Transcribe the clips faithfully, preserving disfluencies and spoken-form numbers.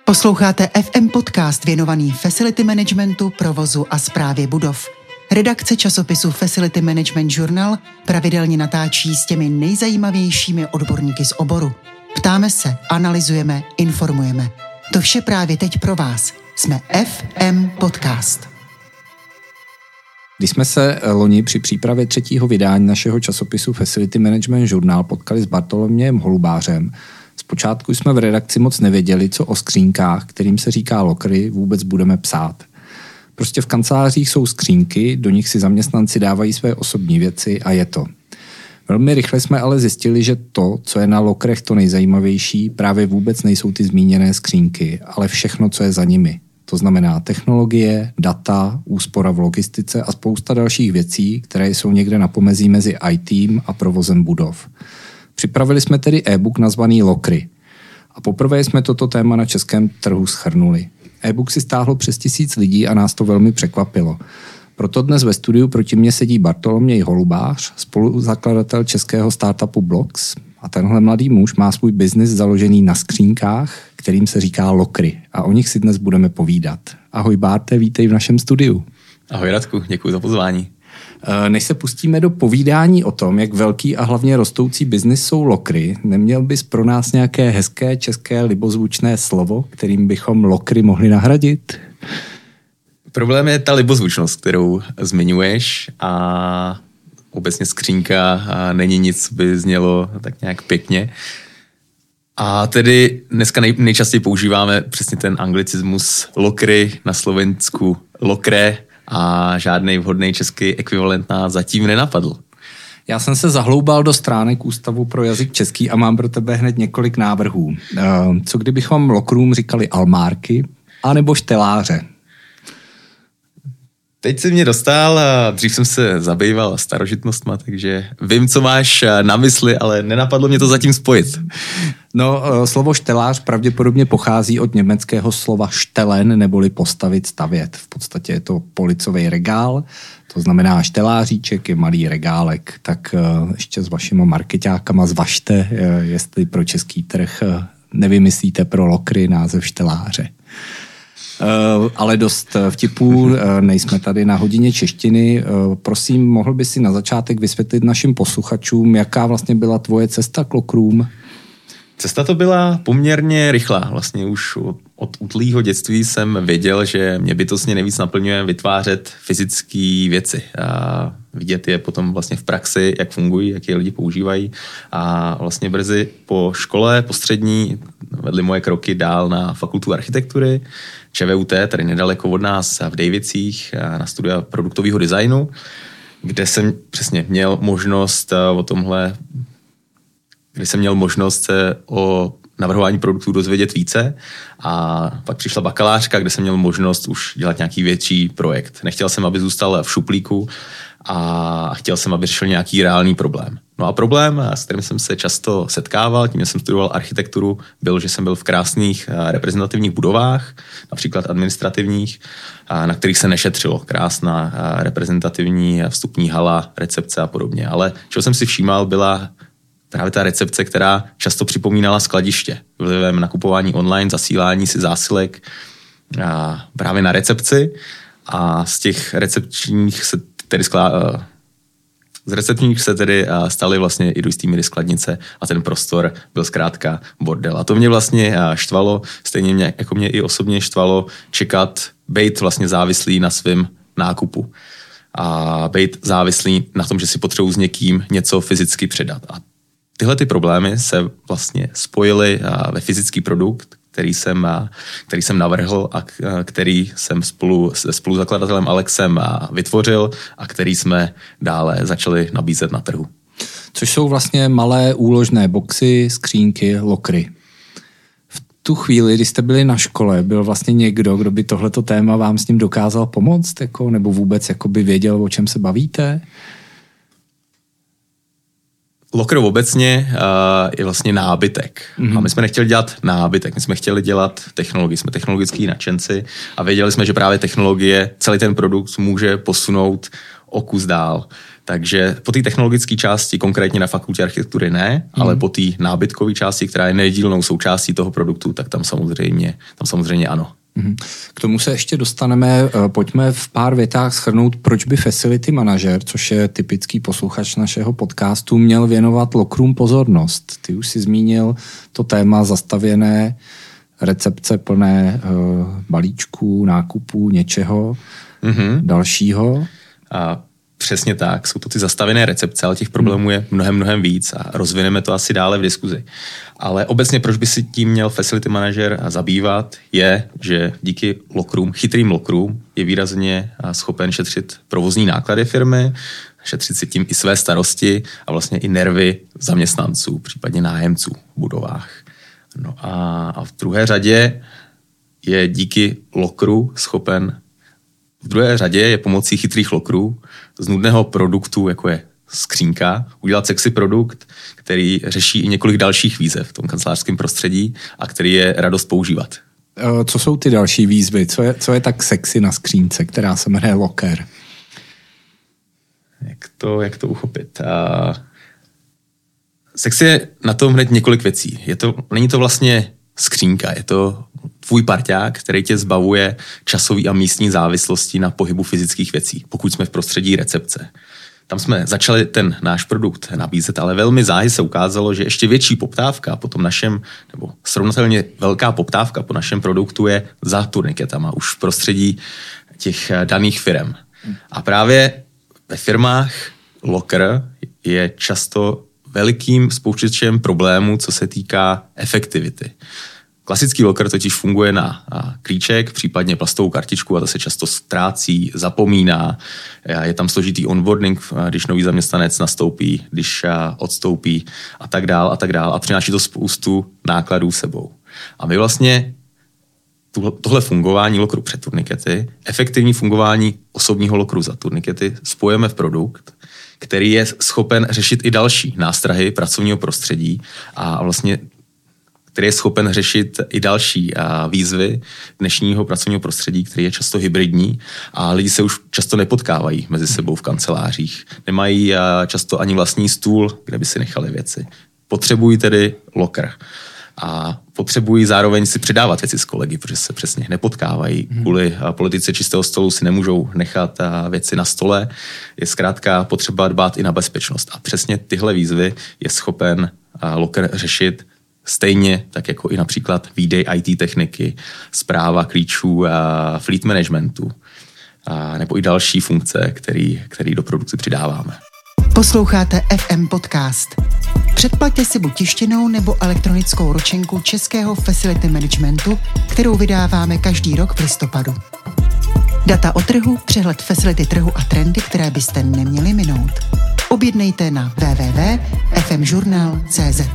Posloucháte F M podcast věnovaný facility managementu, provozu a správě budov. Redakce časopisu Facility Management Journal pravidelně natáčí s těmi nejzajímavějšími odborníky z oboru. Ptáme se, analyzujeme, informujeme. To vše právě teď pro vás. Jsme F M Podcast. Když jsme se loni při přípravě třetího vydání našeho časopisu Facility Management Journal potkali s Bartolomějem Holubářem, zpočátku jsme v redakci moc nevěděli, co o skřínkách, kterým se říká lokry, vůbec budeme psát. Prostě v kancelářích jsou skřínky, do nich si zaměstnanci dávají své osobní věci a je to. Velmi rychle jsme ale zjistili, že to, co je na lokrech to nejzajímavější, právě vůbec nejsou ty zmíněné skřínky, ale všechno, co je za nimi. To znamená technologie, data, úspora v logistice a spousta dalších věcí, které jsou někde na pomezí mezi í té a provozem budov. Připravili jsme tedy e-book nazvaný Lokry. A poprvé jsme toto téma na českém trhu shrnuli. E-book si stáhlo přes tisíc lidí a nás to velmi překvapilo. Proto dnes ve studiu proti mně sedí Bartoloměj Holubář, spoluzakladatel českého startupu Blocks. A tenhle mladý muž má svůj biznis založený na skřínkách, kterým se říká Lokry. A o nich si dnes budeme povídat. Ahoj Barte, vítej v našem studiu. Ahoj Radku, děkuji za pozvání. Než se pustíme do povídání o tom, jak velký a hlavně rostoucí biznis jsou lokry, neměl bys pro nás nějaké hezké české libozvučné slovo, kterým bychom lokry mohli nahradit? Problém je ta libozvučnost, kterou zmiňuješ, a obecně skřínka a není nic, co by znělo tak nějak pěkně. A tedy dneska nej, nejčastěji používáme přesně ten anglicismus lokry, na Slovensku lokre, a žádný vhodný český ekvivalent nás zatím nenapadl. Já jsem se zahloubal do stránek Ústavu pro jazyk český a mám pro tebe hned několik návrhů. Co kdybychom lokrům říkali almárky, anebo šteláře? Teď jsi mě dostal, dřív jsem se zabýval starožitnostma, takže vím, co máš na mysli, ale nenapadlo mě to zatím spojit. No, slovo štelář pravděpodobně pochází od německého slova štelen, neboli postavit, stavět. V podstatě je to policový regál, to znamená šteláříček je malý regálek. Tak ještě s vašimi markeťákama zvažte, jestli pro český trh nevymyslíte pro lokry název šteláře. Uh, ale dost vtipů, uh, nejsme tady na hodině češtiny. Uh, prosím, mohl by si na začátek vysvětlit našim posluchačům, jaká vlastně byla tvoje cesta k lokrům? Cesta to byla poměrně rychlá. Vlastně už od, od útlýho dětství jsem věděl, že mě bytostně nejvíc naplňuje vytvářet fyzické věci. A vidět je potom vlastně v praxi, jak fungují, jak je lidi používají. A vlastně brzy po škole, po střední, vedly moje kroky dál na fakultu architektury, ČVUT, tady nedaleko od nás v Dejvicích, na studia produktového designu, kde jsem přesně měl možnost o tomhle, kde jsem měl možnost se o navrhování produktů dozvědět více, a pak přišla bakalářka, kde jsem měl možnost už dělat nějaký větší projekt. Nechtěl jsem, aby zůstal v šuplíku, a chtěl jsem, aby řešil nějaký reálný problém. No a problém, s kterým jsem se často setkával, tím, že jsem studoval architekturu, byl, že jsem byl v krásných reprezentativních budovách, například administrativních, na kterých se nešetřilo. Krásná reprezentativní vstupní hala, recepce a podobně. Ale čeho jsem si všímal, byla právě ta recepce, která často připomínala skladiště. Vlivem nakupování online, zasílání si zásilek právě na recepci, a z těch recepčních se tedy sklá, z recepčních se tedy staly vlastně i do jistý míry skladnice a ten prostor byl zkrátka bordel. A to mě vlastně štvalo, stejně mě, jako mě i osobně štvalo čekat, bejt vlastně závislý na svém nákupu. A bejt závislý na tom, že si potřebuji s někým něco fyzicky předat. A tyhle ty problémy se vlastně spojily ve fyzický produkt, který jsem, který jsem navrhl a který jsem spolu se spoluzakladatelem Alexem vytvořil a který jsme dále začali nabízet na trhu. Což jsou vlastně malé úložné boxy, skřínky, lokry. V tu chvíli, kdy jste byli na škole, byl vlastně někdo, kdo by tohleto téma vám s ním dokázal pomoct, jako, nebo vůbec jako by věděl, o čem se bavíte? Lokr obecně uh, je vlastně nábytek. Mm-hmm. A my jsme nechtěli dělat nábytek, my jsme chtěli dělat technologii. Jsme technologický nadšenci a věděli jsme, že právě technologie celý ten produkt může posunout o kus dál. Takže po té technologické části, konkrétně na fakultě architektury ne, mm. ale po té nábytkové části, která je nedílnou součástí toho produktu, tak tam samozřejmě, tam samozřejmě ano. K tomu se ještě dostaneme. Pojďme v pár větách shrnout, proč by facility manažer, což je typický posluchač našeho podcastu, měl věnovat lockroom pozornost. Ty už si zmínil to téma zastavěné recepce plné uh, balíčků, nákupů, něčeho mm-hmm. dalšího. A přesně tak, jsou to ty zastavené recepce, ale těch problémů je mnohem, mnohem víc a rozvineme to asi dále v diskuzi. Ale obecně, proč by si tím měl facility manager zabývat, je, že díky lockroom, chytrým lockroom je výrazně schopen šetřit provozní náklady firmy, šetřit si tím i své starosti a vlastně i nervy zaměstnanců, případně nájemců v budovách. No a, a v druhé řadě je díky lockru schopen V druhé řadě je pomocí chytrých lockerů z nudného produktu, jako je skřínka, udělat sexy produkt, který řeší i několik dalších výzev v tom kancelářském prostředí a který je radost používat. Co jsou ty další výzvy? Co je, co je tak sexy na skřínce, která se jmenuje locker? Jak to, jak to uchopit? A... Sexy je na tom hned několik věcí. Je to, není to vlastně skřínka, je to tvůj parťák, který tě zbavuje časový a místní závislosti na pohybu fyzických věcí, pokud jsme v prostředí recepce. Tam jsme začali ten náš produkt nabízet, ale velmi záhy se ukázalo, že ještě větší poptávka po tom našem, nebo srovnatelně velká poptávka po našem produktu je za turniketama, už v prostředí těch daných firem. A právě ve firmách locker je často velikým spouštěčem problémů, co se týká efektivity. Klasický locker totiž funguje na klíček, případně plastovou kartičku a to se často ztrácí, zapomíná. Je tam složitý onboarding, když nový zaměstnanec nastoupí, když odstoupí a tak dál a tak dál a přináší to spoustu nákladů sebou. A my vlastně tohle fungování lockeru před turnikety, efektivní fungování osobního lockeru za turnikety spojíme v produkt, který je schopen řešit i další nástrahy pracovního prostředí a vlastně který je schopen řešit i další výzvy dnešního pracovního prostředí, který je často hybridní a lidi se už často nepotkávají mezi sebou v kancelářích. Nemají často ani vlastní stůl, kde by si nechali věci. Potřebují tedy locker. A potřebují zároveň si předávat věci s kolegy, protože se přesně nepotkávají. Kvůli politice čistého stolu si nemůžou nechat věci na stole. Je zkrátka potřeba dbát i na bezpečnost. A přesně tyhle výzvy je schopen locker řešit stejně, tak jako i například výdej í té techniky, správa klíčů a fleet managementu, a nebo i další funkce, který, který do produkce přidáváme. Posloucháte F M Podcast. Předplaťte si buď tištěnou nebo elektronickou ročenku Českého Facility Managementu, kterou vydáváme každý rok v listopadu. Data o trhu, přehled facility trhu a trendy, které byste neměli minout. Objednejte na w w w tečka f m journal tečka c z.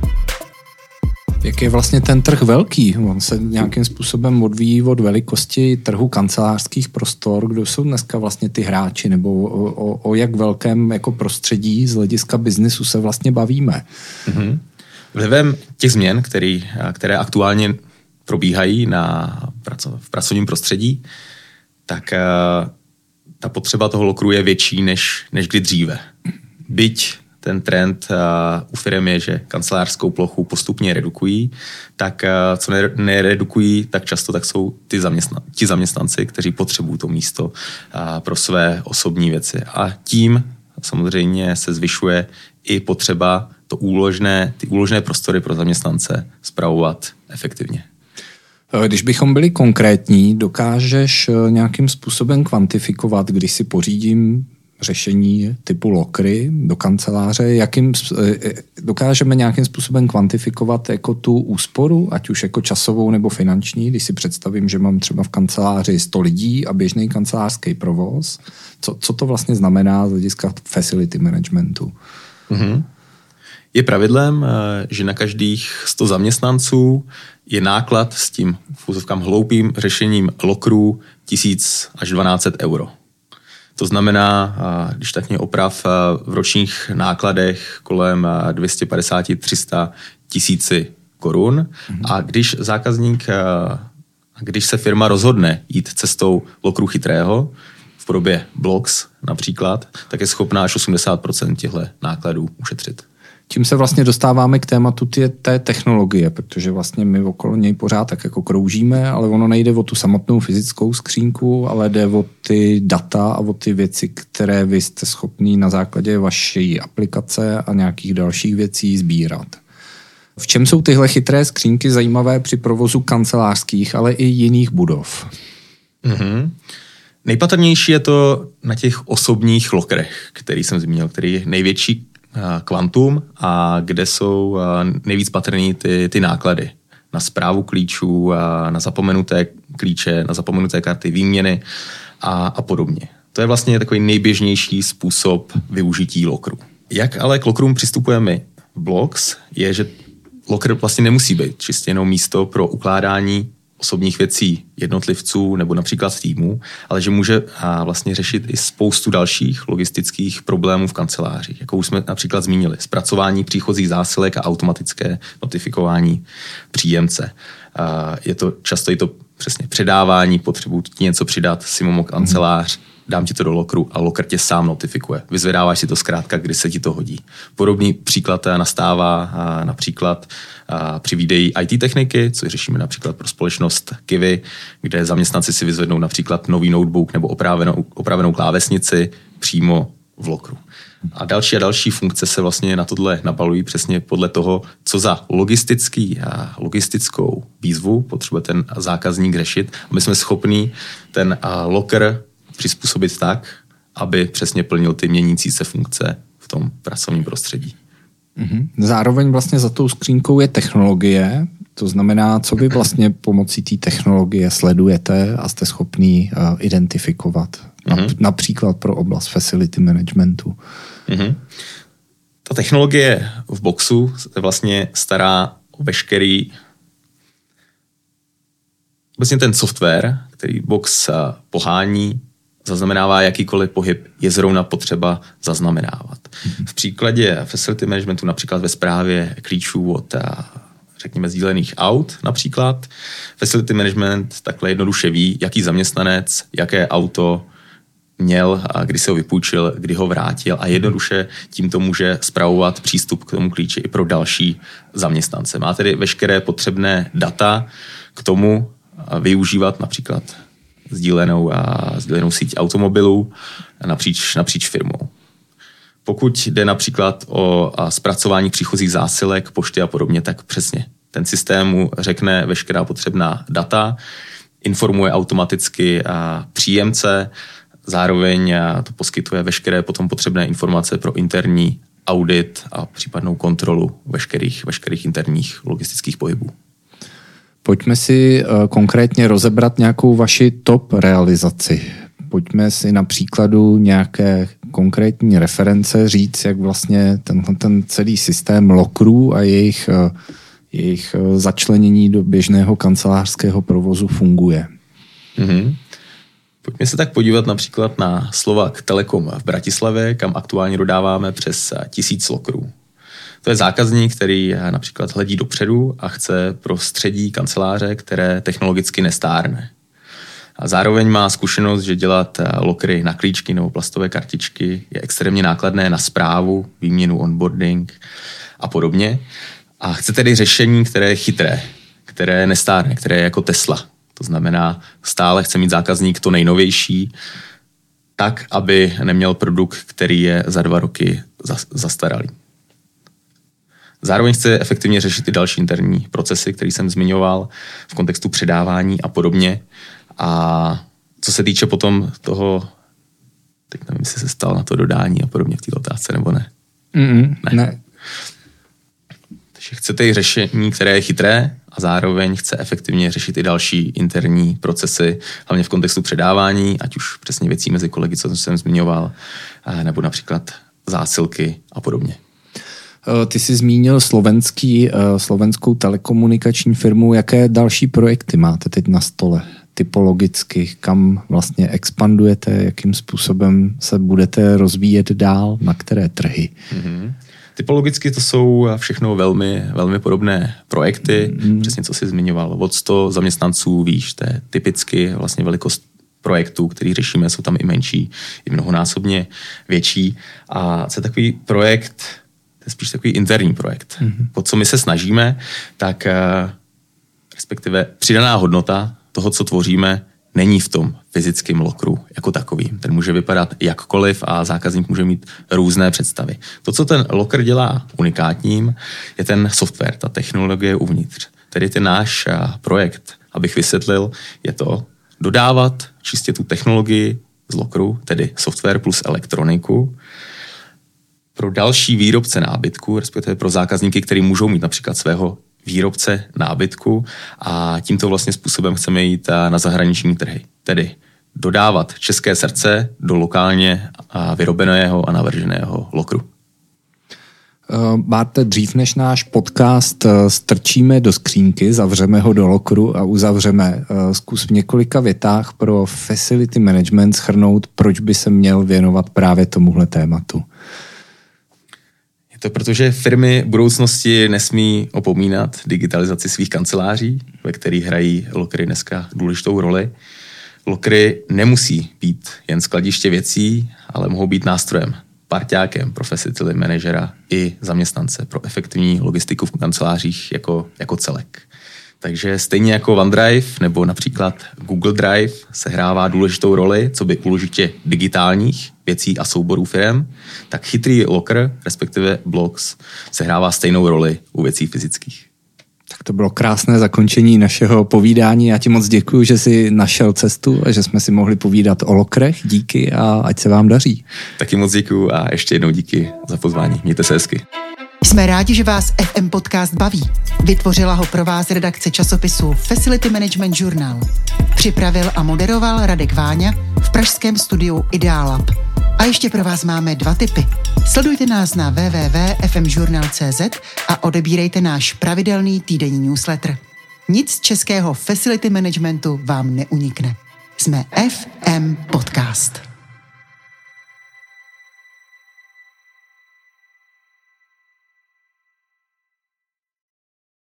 Jak je vlastně ten trh velký? On se nějakým způsobem odvíjí od velikosti trhu kancelářských prostor. Kdo jsou dneska vlastně ty hráči? Nebo o, o, o jak velkém jako prostředí z hlediska biznisu se vlastně bavíme? Mm-hmm. Vlivem těch změn, který, které aktuálně probíhají na, v pracovním prostředí, tak ta potřeba toho lockeru je větší než, než kdy dříve. Byť ten trend uh, u firem je, že kancelářskou plochu postupně redukují, tak uh, co neredukují, tak často tak jsou ty zaměstnan- ti zaměstnanci, kteří potřebují to místo uh, pro své osobní věci. A tím samozřejmě se zvyšuje i potřeba to úložné, ty úložné prostory pro zaměstnance spravovat efektivně. Když bychom byli konkrétní, dokážeš nějakým způsobem kvantifikovat, když si pořídím řešení typu lockery do kanceláře, jakým dokážeme nějakým způsobem kvantifikovat jako tu úsporu, ať už jako časovou nebo finanční, když si představím, že mám třeba v kanceláři sto lidí a běžný kancelářský provoz. Co, co to vlastně znamená z hlediska facility managementu? Mm-hmm. Je pravidlem, že na každých sto zaměstnanců je náklad s tím v úzovkám hloupým řešením lockerů tisíc až dvanáct set euro. To znamená, když tak mě oprav v ročních nákladech kolem dvě stě padesát až tři sta tisíci korun. Mm-hmm. A když zákazník, když se firma rozhodne jít cestou lockeru chytrého, v podobě blocks například, tak je schopná až osmdesát procent těchto nákladů ušetřit. Tím se vlastně dostáváme k tématu tě, té technologie, protože vlastně my okolo něj pořád tak jako kroužíme, ale ono nejde o tu samotnou fyzickou skřínku, ale jde o ty data a o ty věci, které vy jste schopný na základě vaší aplikace a nějakých dalších věcí sbírat. V čem jsou tyhle chytré skřínky zajímavé při provozu kancelářských, ale i jiných budov? Mm-hmm. Nejpatrnější je to na těch osobních lokerech, který jsem zmínil, který je největší kvantum a kde jsou nejvíc patrný ty, ty náklady na správu klíčů, na zapomenuté klíče, na zapomenuté karty výměny a, a podobně. To je vlastně takový nejběžnější způsob využití lokeru. Jak ale k lokerům přistupujeme v Blocks, je, že loker vlastně nemusí být čistě jenom místo pro ukládání osobních věcí jednotlivců nebo například týmů, ale že může vlastně řešit i spoustu dalších logistických problémů v kanceláři, jako už jsme například zmínili, zpracování příchozích zásilek a automatické notifikování příjemce. Je to často i to přesně předávání, potřebuji ti něco přidat, si mimo kancelář, dám ti to do lokeru a loker tě sám notifikuje. Vyzvedáváš si to zkrátka, kdy se ti to hodí. Podobný příklad nastává například při výdeji í té techniky, což řešíme například pro společnost Kiwi, kde zaměstnanci si vyzvednou například nový notebook nebo opravenou, opravenou klávesnici přímo v lokeru. A další a další funkce se vlastně na tohle nabalují přesně podle toho, co za logistický a logistickou výzvu potřebuje ten zákazník řešit. A my jsme schopní ten loker přizpůsobit tak, aby přesně plnil ty měnící se funkce v tom pracovním prostředí. Mm-hmm. Zároveň vlastně za tou skřínkou je technologie, to znamená, co vy vlastně pomocí té technologie sledujete a jste schopný uh, identifikovat. Mm-hmm. Například pro oblast facility managementu. Mm-hmm. Ta technologie v Boxu se vlastně stará o veškerý vlastně ten software, který Box pohání, zaznamenává jakýkoliv pohyb, je zrovna potřeba zaznamenávat. V příkladě facility managementu, například ve správě klíčů od, řekněme, sdílených aut například, facility management takhle jednoduše ví, jaký zaměstnanec, jaké auto měl a kdy se ho vypůjčil, kdy ho vrátil a jednoduše tímto může spravovat přístup k tomu klíči i pro další zaměstnance. Má tedy veškeré potřebné data k tomu využívat například sdílenou, a sdílenou síť automobilů napříč, napříč firmou. Pokud jde například o zpracování příchozích zásilek, pošty a podobně, tak přesně ten systém mu řekne veškerá potřebná data, informuje automaticky příjemce, zároveň to poskytuje veškeré potom potřebné informace pro interní audit a případnou kontrolu veškerých, veškerých interních logistických pohybů. Pojďme si uh, konkrétně rozebrat nějakou vaši top realizaci. Pojďme si na příkladu nějaké konkrétní reference říct, jak vlastně ten, ten celý systém lokerů a jejich, uh, jejich uh, začlenění do běžného kancelářského provozu funguje. Mm-hmm. Pojďme se tak podívat například na Slovak Telekom v Bratislavě, kam aktuálně dodáváme přes tisíc lokerů. To je zákazník, který například hledí dopředu a chce prostředí kanceláře, které technologicky nestárne. A zároveň má zkušenost, že dělat lokery na klíčky nebo plastové kartičky je extrémně nákladné na správu, výměnu, onboarding a podobně. A chce tedy řešení, které je chytré, které nestárne, které je jako Tesla. To znamená, stále chce mít zákazník to nejnovější, tak, aby neměl produkt, který je za dva roky zastaralý. Zároveň chce efektivně řešit i další interní procesy, které jsem zmiňoval v kontextu předávání a podobně. A co se týče potom toho, teď nevím, jestli se stal na to dodání a podobně v té otázce, nebo ne? Mm-mm, ne. ne. Takže chcete i řešení, které je chytré a zároveň chce efektivně řešit i další interní procesy, hlavně v kontextu předávání, ať už přesně věcí mezi kolegy, co jsem zmiňoval, nebo například zásilky a podobně. Ty jsi zmínil slovenský, slovenskou telekomunikační firmu. Jaké další projekty máte teď na stole? Typologicky, kam vlastně expandujete, jakým způsobem se budete rozvíjet dál, na které trhy? Mm-hmm. Typologicky to jsou všechno velmi, velmi podobné projekty, mm-hmm. přesně co jsi zmiňoval. Od sto zaměstnanců výš, to je typicky vlastně velikost projektů, který řešíme, jsou tam i menší, i mnohonásobně větší. A co je takový projekt, to je spíš takový interní projekt. Mm-hmm. Po co my se snažíme, tak respektive přidaná hodnota toho, co tvoříme, není v tom fyzickém lokru jako takovým. Ten může vypadat jakkoliv a zákazník může mít různé představy. To, co ten lokr dělá unikátním, je ten software, ta technologie uvnitř. Tedy ten náš projekt, abych vysvětlil, je to dodávat čistě tu technologii z lokru, tedy software plus elektroniku, pro další výrobce nábytku, respektive pro zákazníky, kteří můžou mít například svého výrobce nábytku a tímto vlastně způsobem chceme jít na zahraniční trhy. Tedy dodávat české srdce do lokálně vyrobeného a navrženého lokru. Máte, dřív než náš podcast strčíme do skřínky, zavřeme ho do lokru a uzavřeme. Zkus v několika větách pro facility management shrnout, proč by se měl věnovat právě tomuhle tématu. Je to proto, že firmy budoucnosti nesmí opomínat digitalizaci svých kanceláří, ve kterých hrají lokry dneska důležitou roli. Lokry nemusí být jen skladiště věcí, ale mohou být nástrojem, parťákem pro facility manažera i zaměstnance pro efektivní logistiku v kancelářích jako, jako celek. Takže stejně jako OneDrive nebo například Google Drive sehrává důležitou roli, co by úložitě digitálních věcí a souborů firem, tak chytrý locker, respektive Blocks, sehrává stejnou roli u věcí fyzických. Tak to bylo krásné zakončení našeho povídání. Já ti moc děkuji, že jsi našel cestu a že jsme si mohli povídat o lokrech. Díky a ať se vám daří. Taky moc děkuji a ještě jednou díky za pozvání. Mějte se hezky. Jsme rádi, že vás F M Podcast baví. Vytvořila ho pro vás redakce časopisu Facility Management Journal. Připravil a moderoval Radek Váňa v pražském studiu Idealab. A ještě pro vás máme dva tipy. Sledujte nás na w w w tečka f m journal tečka c z a odebírejte náš pravidelný týdenní newsletter. Nic z českého facility managementu vám neunikne. Jsme F M Podcast.